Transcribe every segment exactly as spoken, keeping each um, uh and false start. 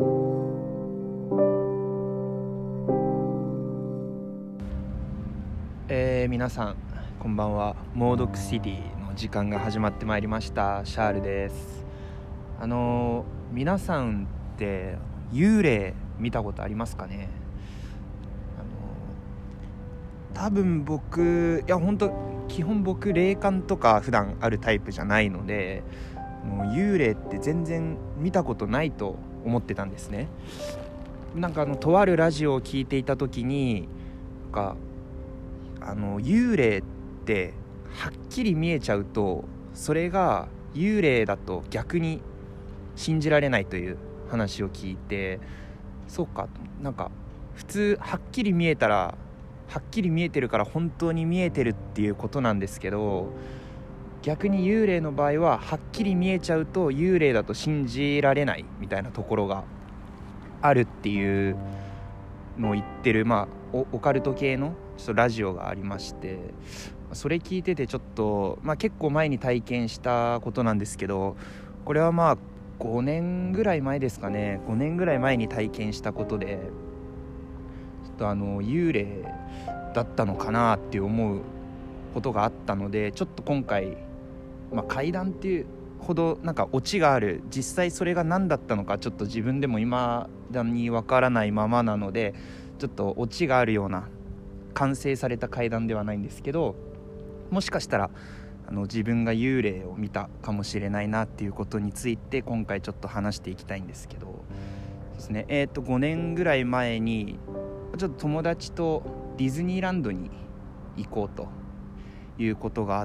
えー、皆さんこんばんは。モードクシティの時間が始まってまいりました。シャールです。あのー、皆さんって幽霊見たことありますかね？あのー、多分僕いや本当基本僕霊感とか普段あるタイプじゃないので、もう幽霊って全然見たことないと思ってたんですね。なんかあのとあるラジオを聞いていた時になんかあの幽霊ってはっきり見えちゃうと、それが幽霊だと逆に信じられないという話を聞いて、そうか、なんか普通はっきり見えたらはっきり見えてるから本当に見えてるっていうことなんですけど、逆に幽霊の場合ははっきり見えちゃうと幽霊だと信じられないみたいなところがあるっていうのを言ってる、まあオカルト系のちょっとラジオがありまして、それ聞いててちょっと、まあ、結構前に体験したことなんですけど、これはまあごねんぐらい前ですかね。ごねんぐらい前に体験したことで、ちょっとあの幽霊だったのかなって思うことがあったので、ちょっと今回、まあ、怪談っていうほどなんかオチがある、実際それが何だったのかちょっと自分でも未だにわからないままなので、ちょっとオチがあるような完成された怪談ではないんですけど、もしかしたらあの自分が幽霊を見たかもしれないなっていうことについて今回ちょっと話していきたいんですけどですね。えーとごねんぐらい前にちょっと友達とディズニーランドに行こうということがあって、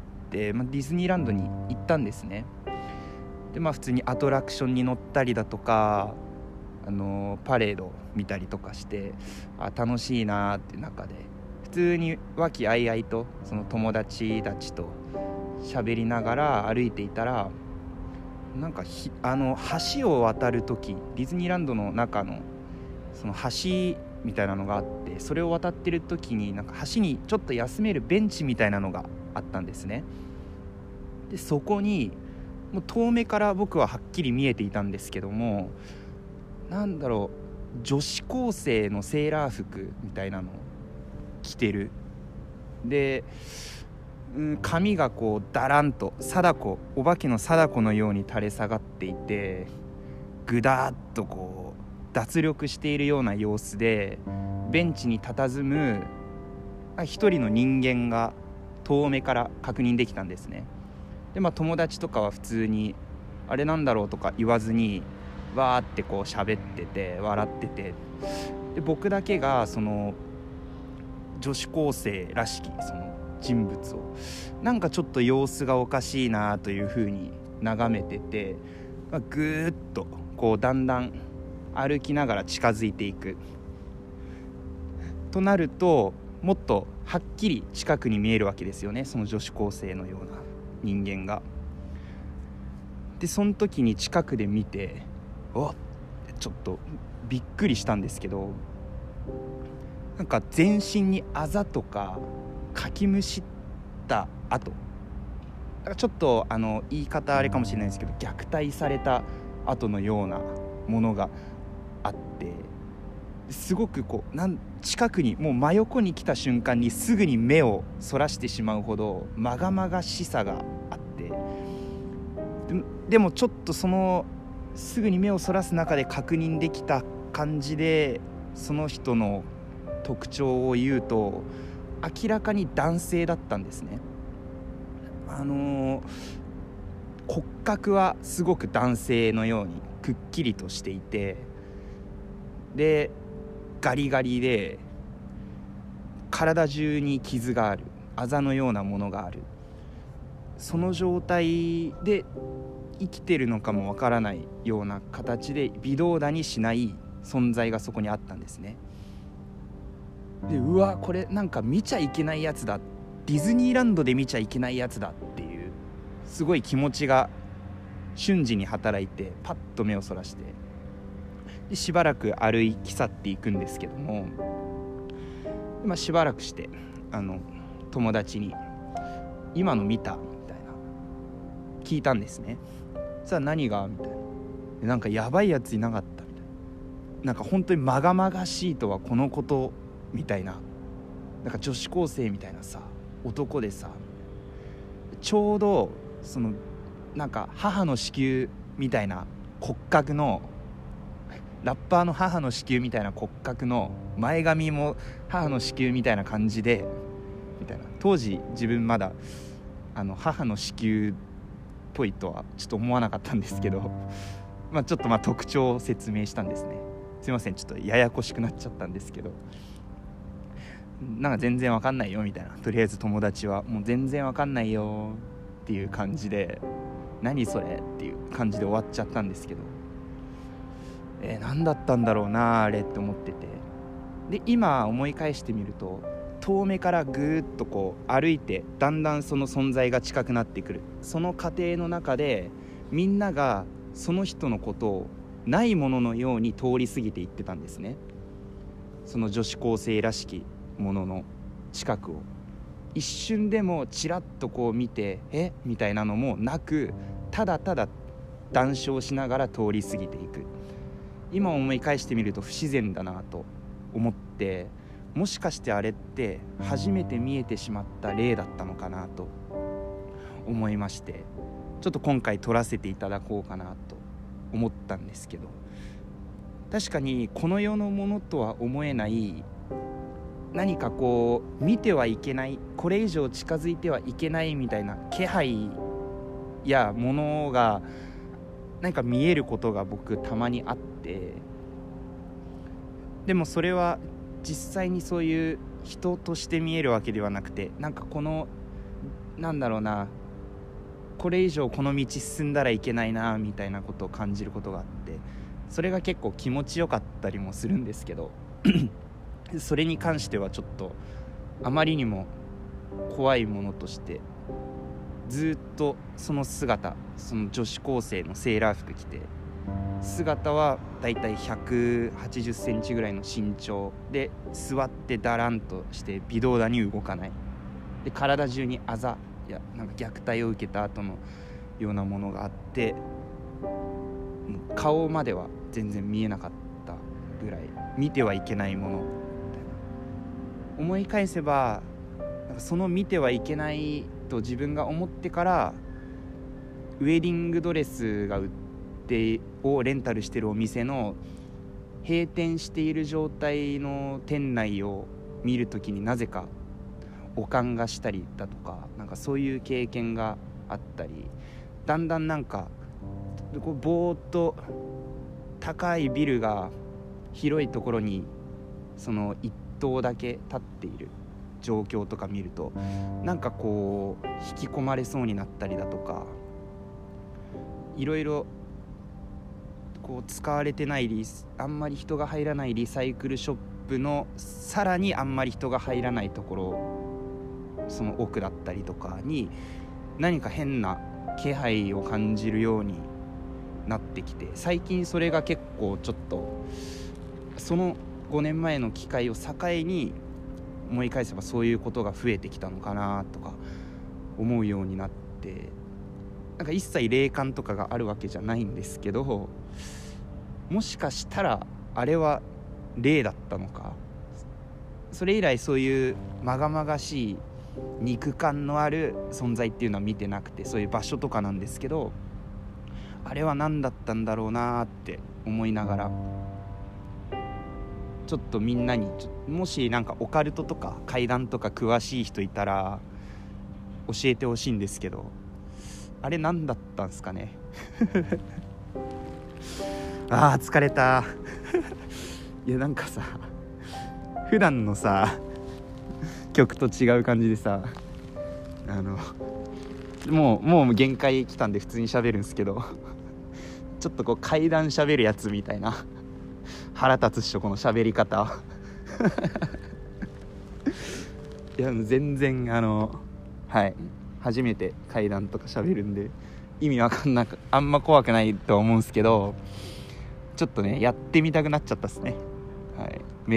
まあ、ディズニーランドに行ったんですね。でまあ普通にアトラクションに乗ったりだとか、あのパレード見たりとかして、あ楽しいなっていう中で普通に和気あいあいとその友達たちと喋りながら歩いていたら、なんかひあの橋を渡るとき、ディズニーランドの中のその橋みたいなのがあって、それを渡ってるときになんか橋にちょっと休めるベンチみたいなのがあったんですね。でそこにもう遠目から僕ははっきり見えていたんですけども、なんだろう、女子高生のセーラー服みたいなのを着てる。で、うん、髪がこうだらんと貞子、お化けの貞子のように垂れ下がっていて、ぐだーっとこう脱力しているような様子でベンチに佇む一人の人間が遠目から確認できたんですね。でまあ友達とかは普通にあれなんだろうとか言わずにわーってこう喋ってて笑ってて、で僕だけがその女子高生らしきその人物をなんかちょっと様子がおかしいなという風に眺めてて、まあ、ぐーっとこうだんだん歩きながら近づいていくとなると、もっとはっきり近くに見えるわけですよね、その女子高生のような人間が。でその時に近くで見て、おっちょっとびっくりしたんですけど、なんか全身にあざとかかきむしった跡、だからちょっとあの言い方あれかもしれないですけど、虐待された跡のようなものがあって、すごくこうなん近くにもう真横に来た瞬間にすぐに目をそらしてしまうほどまがまがしさがあって、で, でもちょっとそのすぐに目をそらす中で確認できた感じで、その人の特徴を言うと明らかに男性だったんですね。あのー、骨格はすごく男性のようにくっきりとしていて、でガリガリで体中に傷がある、あざのようなものがある、その状態で生きてるのかもわからないような形で微動だにしない存在がそこにあったんですね。でうわこれなんか見ちゃいけないやつだ、ディズニーランドで見ちゃいけないやつだっていうすごい気持ちが瞬時に働いて、パッと目をそらしてでしばらく歩き去っていくんですけども、まあ、しばらくしてあの友達に今の見たみたいな聞いたんですね。さあ何がみたいな、なんかやばいやついなかったみたいな、 なんか本当にまがまがしいとはこのことみたいな、なんか女子高生みたいなさ男でさ、ちょうどそのなんか母の子宮みたいな骨格の、ラッパーの母の子宮みたいな骨格の前髪も母の子宮みたいな感じでみたいな、当時自分まだあの母の子宮っぽいとはちょっと思わなかったんですけど、まあちょっとまあ特徴を説明したんですね。すいません、ちょっとややこしくなっちゃったんですけど、なんか全然わかんないよみたいな、とりあえず友達はもう全然わかんないよっていう感じで、何それっていう感じで終わっちゃったんですけど、えー、何だったんだろうなあれって思ってて、で今思い返してみると、遠目からぐーっとこう歩いてだんだんその存在が近くなってくる、その過程の中でみんながその人のことをないもののように通り過ぎていってたんですね。その女子高生らしきものの近くを一瞬でもちらっとこう見てえみたいなのもなく、ただただ談笑しながら通り過ぎていく。今思い返してみると不自然だなと思って、もしかしてあれって初めて見えてしまった例だったのかなと思いまして、ちょっと今回撮らせていただこうかなと思ったんですけど、確かにこの世のものとは思えない何かこう見てはいけない、これ以上近づいてはいけないみたいな気配やものが何か見えることが僕たまにあって、でもそれは実際にそういう人として見えるわけではなくて、なんかこのなんだろうな、これ以上この道進んだらいけないなみたいなことを感じることがあって、それが結構気持ちよかったりもするんですけどそれに関してはちょっとあまりにも怖いものとして、ずっとその姿、その女子高生のセーラー服着て、姿はだいたいひゃくはちじゅっセンチぐらいの身長で、座ってだらんとして微動だに動かないで、体中にあざやなんか虐待を受けた後のようなものがあって、顔までは全然見えなかったぐらい見てはいけないものみたいな。思い返せばなんかその見てはいけないと自分が思ってから、ウェディングドレスが売ってをレンタルしてるお店の閉店している状態の店内を見るときになぜかおかんがしたりだとか、なんかそういう経験があったり、だんだんなんかこうぼーっと高いビルが広いところにその一棟だけ立っている状況とか見ると、なんかこう引き込まれそうになったりだとか、いろいろこう使われてないリスあんまり人が入らないリサイクルショップのさらにあんまり人が入らないところ、その奥だったりとかに何か変な気配を感じるようになってきて、最近それが結構ちょっとそのごねんまえの機会を境に思い返せばそういうことが増えてきたのかなとか思うようになって、なんか一切霊感とかがあるわけじゃないんですけど、もしかしたらあれは霊だったのか、それ以来そういうまがまがしい肉感のある存在っていうのは見てなくて、そういう場所とかなんですけど、あれは何だったんだろうなって思いながら、ちょっとみんなにちょもしなんかオカルトとか怪談とか詳しい人いたら教えてほしいんですけど、あれ何だったんすかねあー疲れたいやなんかさ、普段のさ曲と違う感じでさ、あのもうもう限界来たんで普通に喋るんですけどちょっとこう怪談喋るやつみたいな、腹立つっしょこの喋り方いや全然あのはい初めて怪談とか喋るんで意味わかんなく、あんま怖くないと思うんですけど、ちょっとねやってみたくなっちゃったっすね。はい、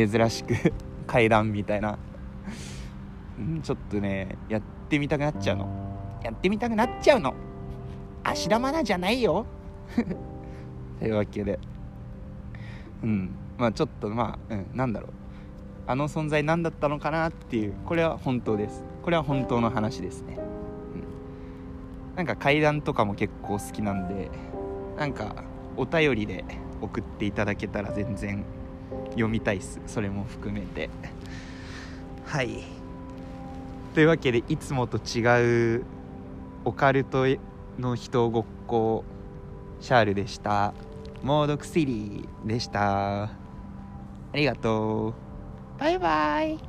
珍しく怪談みたいな、うん、ちょっとねやってみたくなっちゃうのやってみたくなっちゃうの芦田愛菜じゃないよというわけで、 うんまあちょっとまあ、うん、なんだろうあの存在何だったのかなっていう、これは本当です。これは本当の話ですね、うん、なんか怪談とかも結構好きなんで、なんかお便りで送っていただけたら全然読みたいっす、それも含めて。はい、というわけでいつもと違うオカルトの人ごっこシャールでした。モードクシリーでした。ありがとう。バイバイ。